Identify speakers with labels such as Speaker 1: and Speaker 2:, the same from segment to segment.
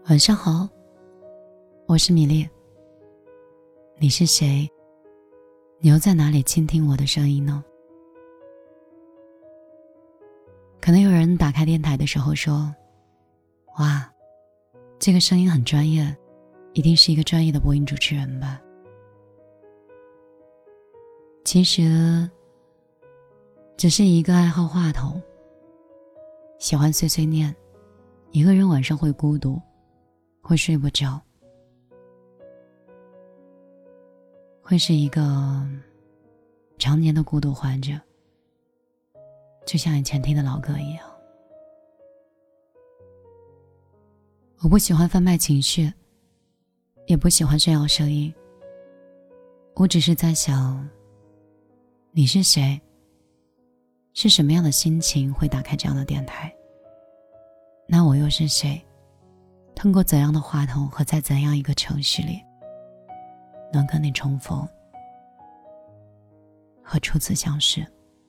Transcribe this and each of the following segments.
Speaker 1: 晚上好，我是米粒。你是谁？你又在哪里倾听我的声音呢？可能有人打开电台的时候说，哇，这个声音很专业，一定是一个专业的播音主持人吧。其实只是一个爱好话筒，喜欢碎碎念，一个人晚上会孤独，会睡不着，会是一个常年的孤独患者，就像以前听的老歌一样。我不喜欢贩卖情绪，也不喜欢炫耀声音，我只是在想，你是谁？是什么样的心情会打开这样的电台？那我又是谁？通过怎样的话筒和在怎样一个城市里，能跟你重逢和初次相识？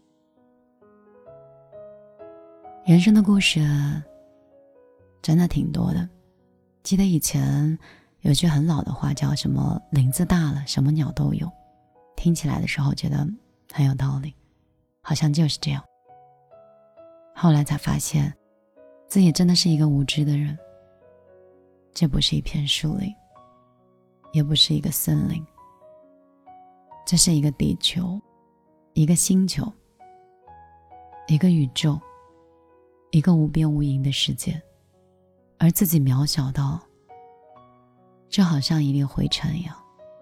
Speaker 1: 人生的故事真的挺多的。记得以前有句很老的话叫什么林子大了什么鸟都有，听起来的时候觉得很有道理，好像就是这样。后来才发现自己真的是一个无知的人。这不是一片树林，也不是一个森林，这是一个地球，一个星球，一个宇宙，一个无边无垠的世界，而自己渺小到就好像一粒灰尘一样。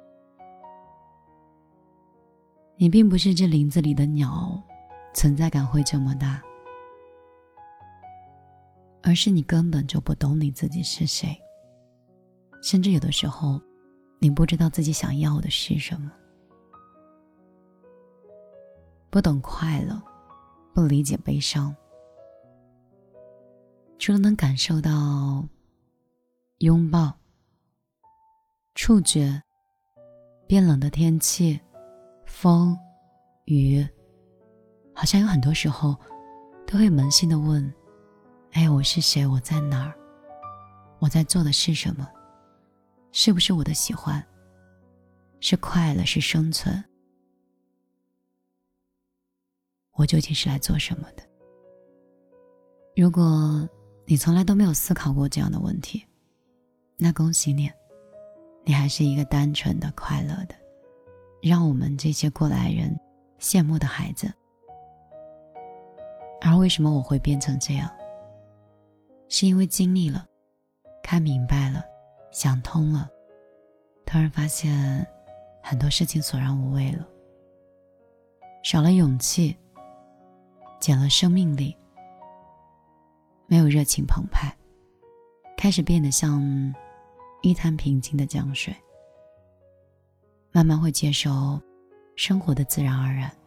Speaker 1: 你并不是这林子里的鸟，存在感会这么大，而是你根本就不懂你自己是谁，甚至有的时候你不知道自己想要的是什么。不懂快乐，不理解悲伤，除了能感受到拥抱、触觉、变冷的天气、风、雨，好像有很多时候都会扪心地问，我是谁？我在哪儿？我在做的是什么？是不是我的喜欢？是快乐？是生存？我究竟是来做什么的？如果你从来都没有思考过这样的问题，那恭喜你，你还是一个单纯的、快乐的，让我们这些过来人羡慕的孩子。而为什么我会变成这样？是因为经历了，看明白了，想通了，突然发现很多事情索然无味了，少了勇气，减了生命力，没有热情澎湃，开始变得像一滩平静的江水，慢慢会接受生活的自然而然。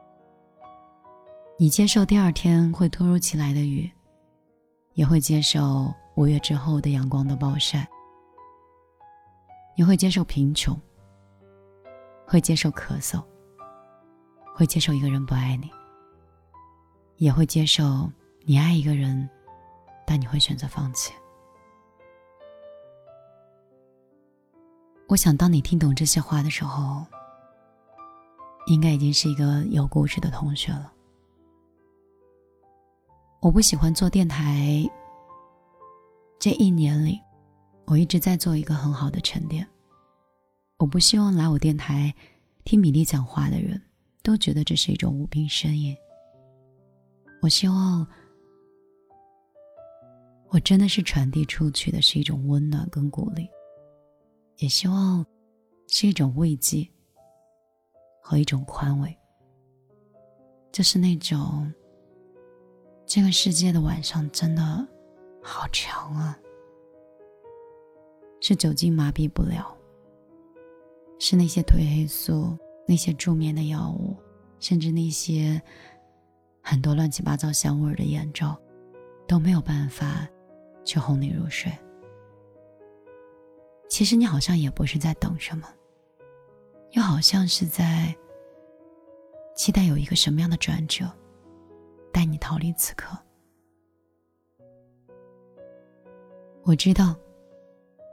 Speaker 1: 你接受第二天会突如其来的雨，也会接受5月之后的阳光的暴晒。你会接受贫穷，会接受咳嗽，会接受一个人不爱你，也会接受你爱一个人，但你会选择放弃。我想当你听懂这些话的时候，应该已经是一个有故事的同学了。我不喜欢做电台，这1年里我一直在做一个很好的沉淀。我不希望来我电台听米粒讲话的人都觉得这是一种无病呻吟。我希望我真的是传递出去的是一种温暖跟鼓励，也希望是一种慰藉和一种宽慰，就是那种这个世界的晚上真的好长啊，是酒精麻痹不了，是那些褪黑素，那些助眠的药物，甚至那些很多乱七八糟香味的眼罩都没有办法去哄你入睡。其实你好像也不是在等什么，又好像是在期待有一个什么样的转折带你逃离此刻。我知道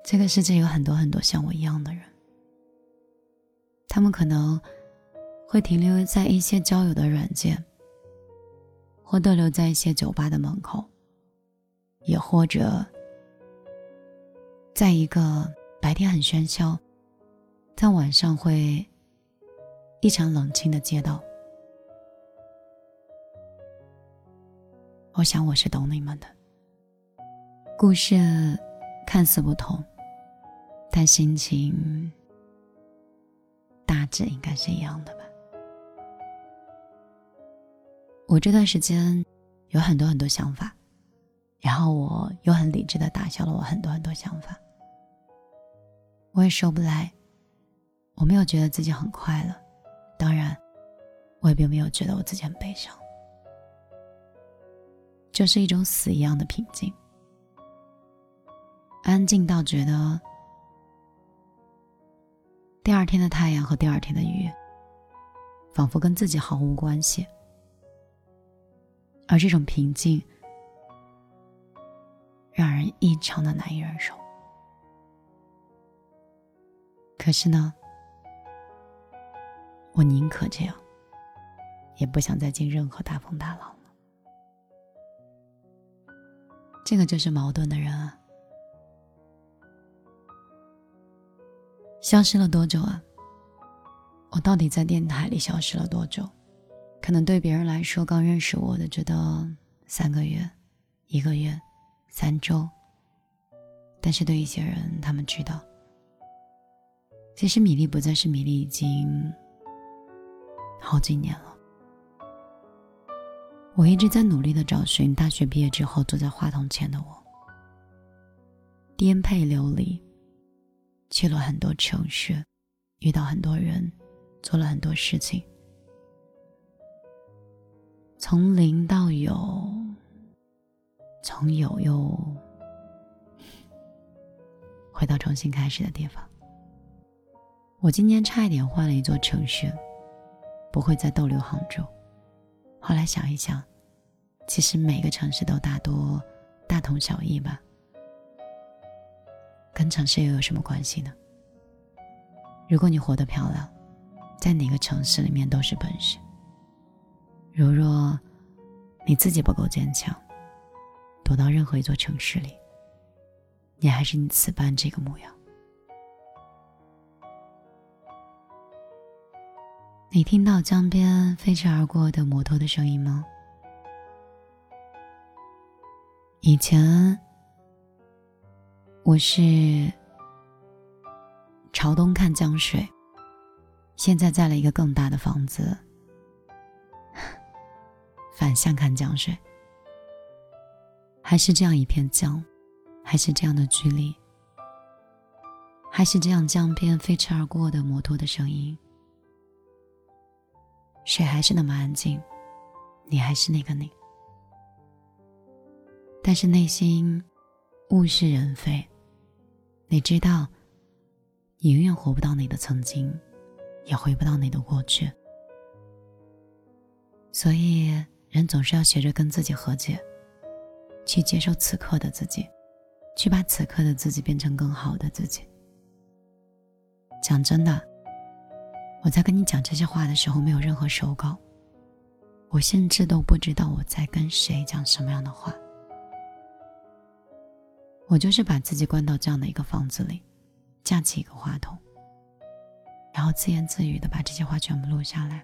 Speaker 1: 这个世界有很多很多像我一样的人，他们可能会停留在一些交友的软件，或逗留在一些酒吧的门口，也或者在一个白天很喧嚣，但晚上会异常冷清的街道。我想我是懂你们的，故事看似不同，但心情大致应该是一样的吧。我这段时间有很多很多想法，然后我又很理智地打消了我很多很多想法。我也说不来，我没有觉得自己很快乐，当然我也并没有觉得我自己很悲伤，就是一种死一样的平静，安静到觉得第二天的太阳和第二天的雨仿佛跟自己毫无关系，而这种平静让人异常的难以忍受。可是呢，我宁可这样，也不想再经任何大风大浪了。这个就是矛盾的人啊。消失了多久啊？我到底在电台里消失了多久？可能对别人来说，刚认识我的觉得3个月、1个月、3周，但是对一些人，他们知道，其实米粒不再是米粒已经好几年了。我一直在努力地找寻大学毕业之后坐在话筒前的我，颠沛流离，去了很多城市，遇到很多人，做了很多事情，从零到有，从有又回到重新开始的地方。我今年差一点换了一座城市，不会再逗留杭州。后来想一想，其实每个城市都大多大同小异吧，跟城市又有什么关系呢？如果你活得漂亮，在哪个城市里面都是本事。如若你自己不够坚强，躲到任何一座城市里，你还是你此般这个模样。你听到江边飞驰而过的摩托的声音吗？以前我是朝东看江水，现在在了一个更大的房子，反向看江水，还是这样一片江，还是这样的距离，还是这样江边飞驰而过的摩托的声音，水还是那么安静，你还是那个你，但是内心物是人非。你知道你永远活不到你的曾经，也回不到你的过去，所以人总是要学着跟自己和解，去接受此刻的自己，去把此刻的自己变成更好的自己。讲真的，我在跟你讲这些话的时候没有任何手稿，我甚至都不知道我在跟谁讲什么样的话。我就是把自己关到这样的一个房子里，架起一个话筒，然后自言自语地把这些话全部录下来。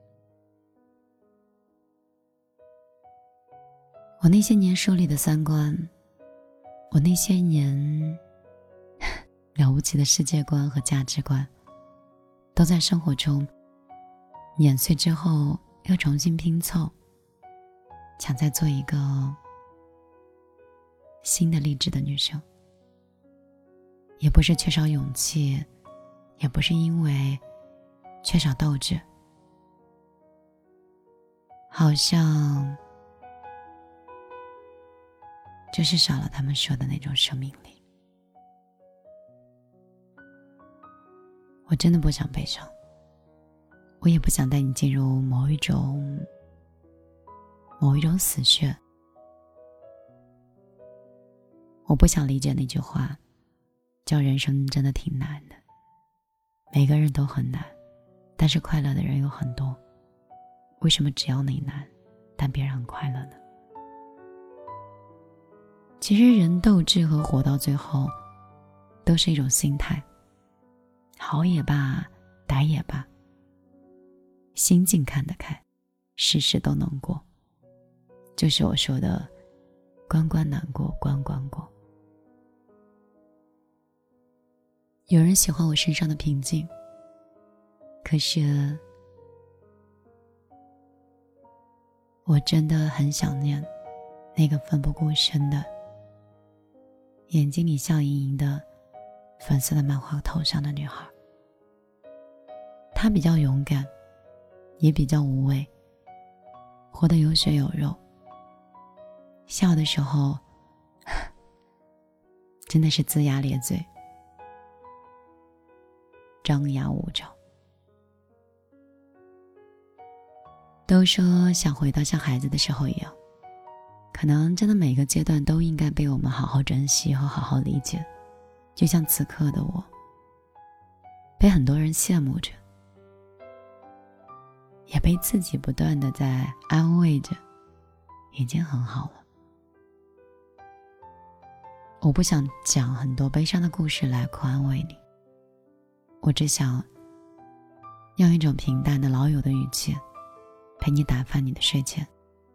Speaker 1: 我那些年树立的三观，我那些年了不起的世界观和价值观，都在生活中碾碎之后又重新拼凑，想再做一个新的励志的女生。也不是缺少勇气，也不是因为缺少斗志，好像就是少了他们说的那种生命力。我真的不想悲伤，我也不想带你进入某一种死穴。我不想理解那句话， 知道人生真的挺难的，每个人都很难，但是快乐的人有很多。为什么只要你难，但别人很快乐呢？其实人斗志和活到最后都是一种心态，好也罢，歹也罢，心境看得开，事事都能过，就是我说的关关难过关关过。有人喜欢我身上的平静，可是我真的很想念那个奋不顾身的，眼睛里笑盈盈的粉色的漫画头上的女孩。她比较勇敢，也比较无畏，活得有血有肉，笑的时候真的是龇牙咧嘴，张牙舞爪。都说想回到像孩子的时候一样，可能真的每个阶段都应该被我们好好珍惜和好好理解。就像此刻的我，被很多人羡慕着，也被自己不断地在安慰着，已经很好了。我不想讲很多悲伤的故事来安慰你，我只想用一种平淡的老友的语气陪你打发你的睡前。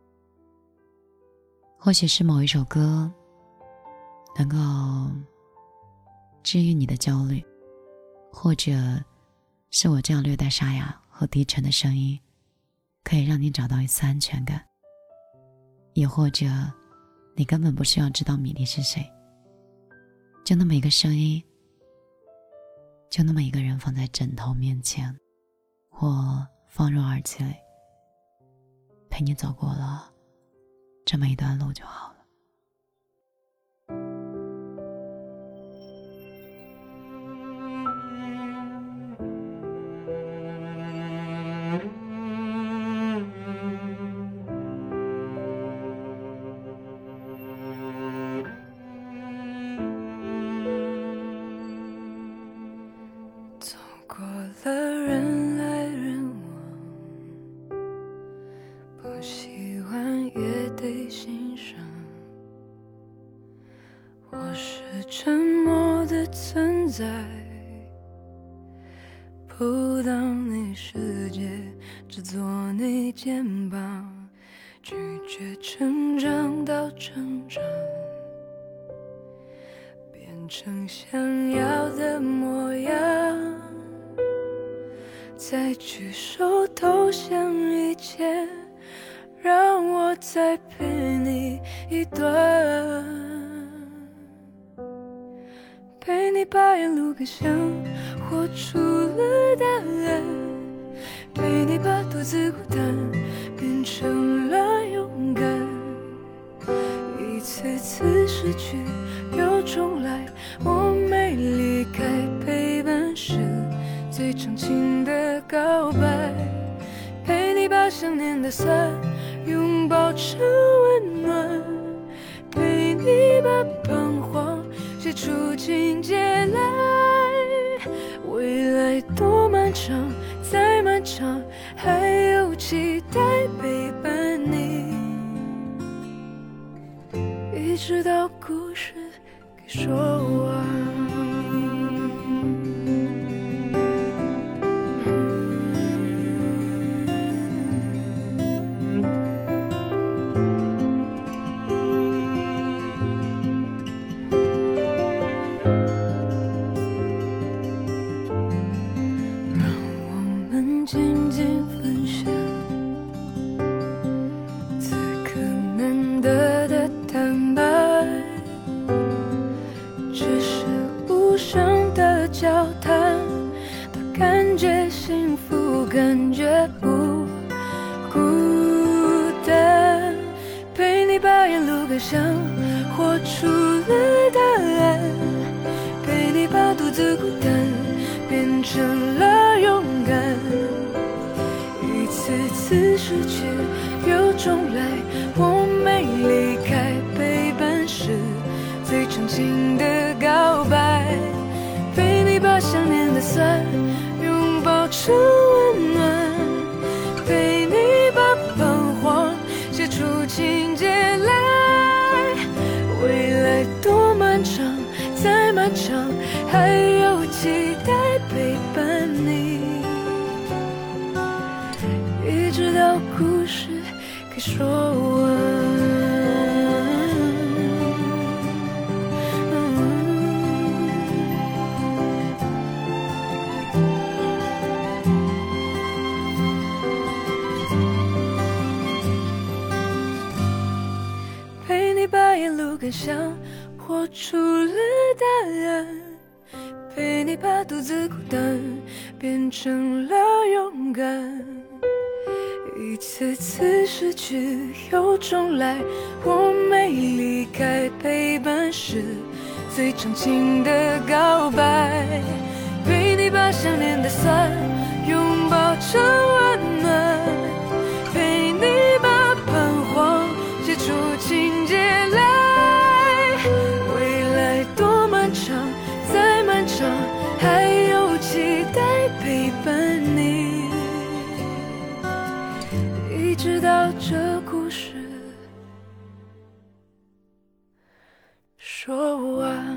Speaker 1: 或许是某一首歌能够治愈你的焦虑，或者是我这样略带沙哑和低沉的声音可以让你找到一丝安全感，也或者你根本不需要知道米粒是谁，就那么一个声音，就那么一个人放在枕头面前，或放入耳机里，陪你走过了这么一段路就好了。
Speaker 2: 走过了人来人往，不喜欢也得欣赏。我是沉默的存在，扑到你世界，只做你肩膀，拒绝成长到成长，变成想要的模样，再举手投降一切，让我再陪你一段，陪你把沿路感想活出了答案，陪你把独自孤单变成了勇敢，一次次失去又重来，我没离开，陪伴是最长情的告白，陪你把想念的酸拥抱成温暖，陪你把彷徨写出情节来，未来多漫长，再漫长，还有期待陪伴你，一直到故事给说完。静静分享此刻难得的坦白，只是无声的交谈，都感觉幸福，感觉不孤单，陪你把沿路感想活出了答案，陪你把独自孤单变成了勇敢，次次失去又重来，我没离开，陪伴是最长情的告白， 把想念的酸拥抱成温暖，陪你把彷徨写出情节来。未来多漫长，再漫长，还有期待陪伴你，一直到故事该说完。陪你把沿路感想活出了答案，陪你把独自孤单变成了勇敢。一次次失去又重来，我没离开，陪伴是最长情的告白。陪你把想念的酸拥抱成温暖，陪你把彷徨写出情节来。未来多漫长，再漫长，还有期待陪伴你，一直到这故事说完。